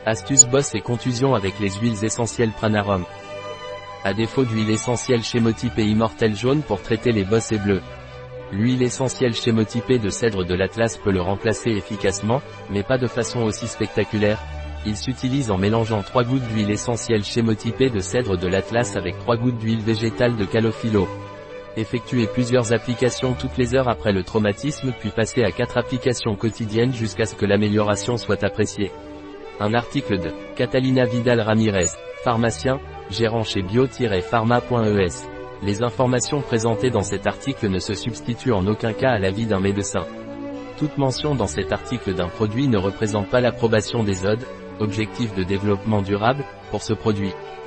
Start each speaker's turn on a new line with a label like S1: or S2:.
S1: Astuce bosse et contusion avec les huiles essentielles Pranarum. À défaut d'huile essentielle chémotypée Immortel jaune pour traiter les bosses et bleus, l'huile essentielle chémotypée de cèdre de l'Atlas peut le remplacer efficacement, mais pas de façon aussi spectaculaire. Il s'utilise en mélangeant 3 gouttes d'huile essentielle chémotypée de cèdre de l'Atlas avec 3 gouttes d'huile végétale de Calophyllot. Effectuer plusieurs applications toutes les heures après le traumatisme puis passer à 4 applications quotidiennes jusqu'à ce que l'amélioration soit appréciée. Un article de Catalina Vidal Ramirez, pharmacien, gérant chez bio-pharma.es. Les informations présentées dans cet article ne se substituent en aucun cas à l'avis d'un médecin. Toute mention dans cet article d'un produit ne représente pas l'approbation des ODE, Objectifs de développement durable, pour ce produit.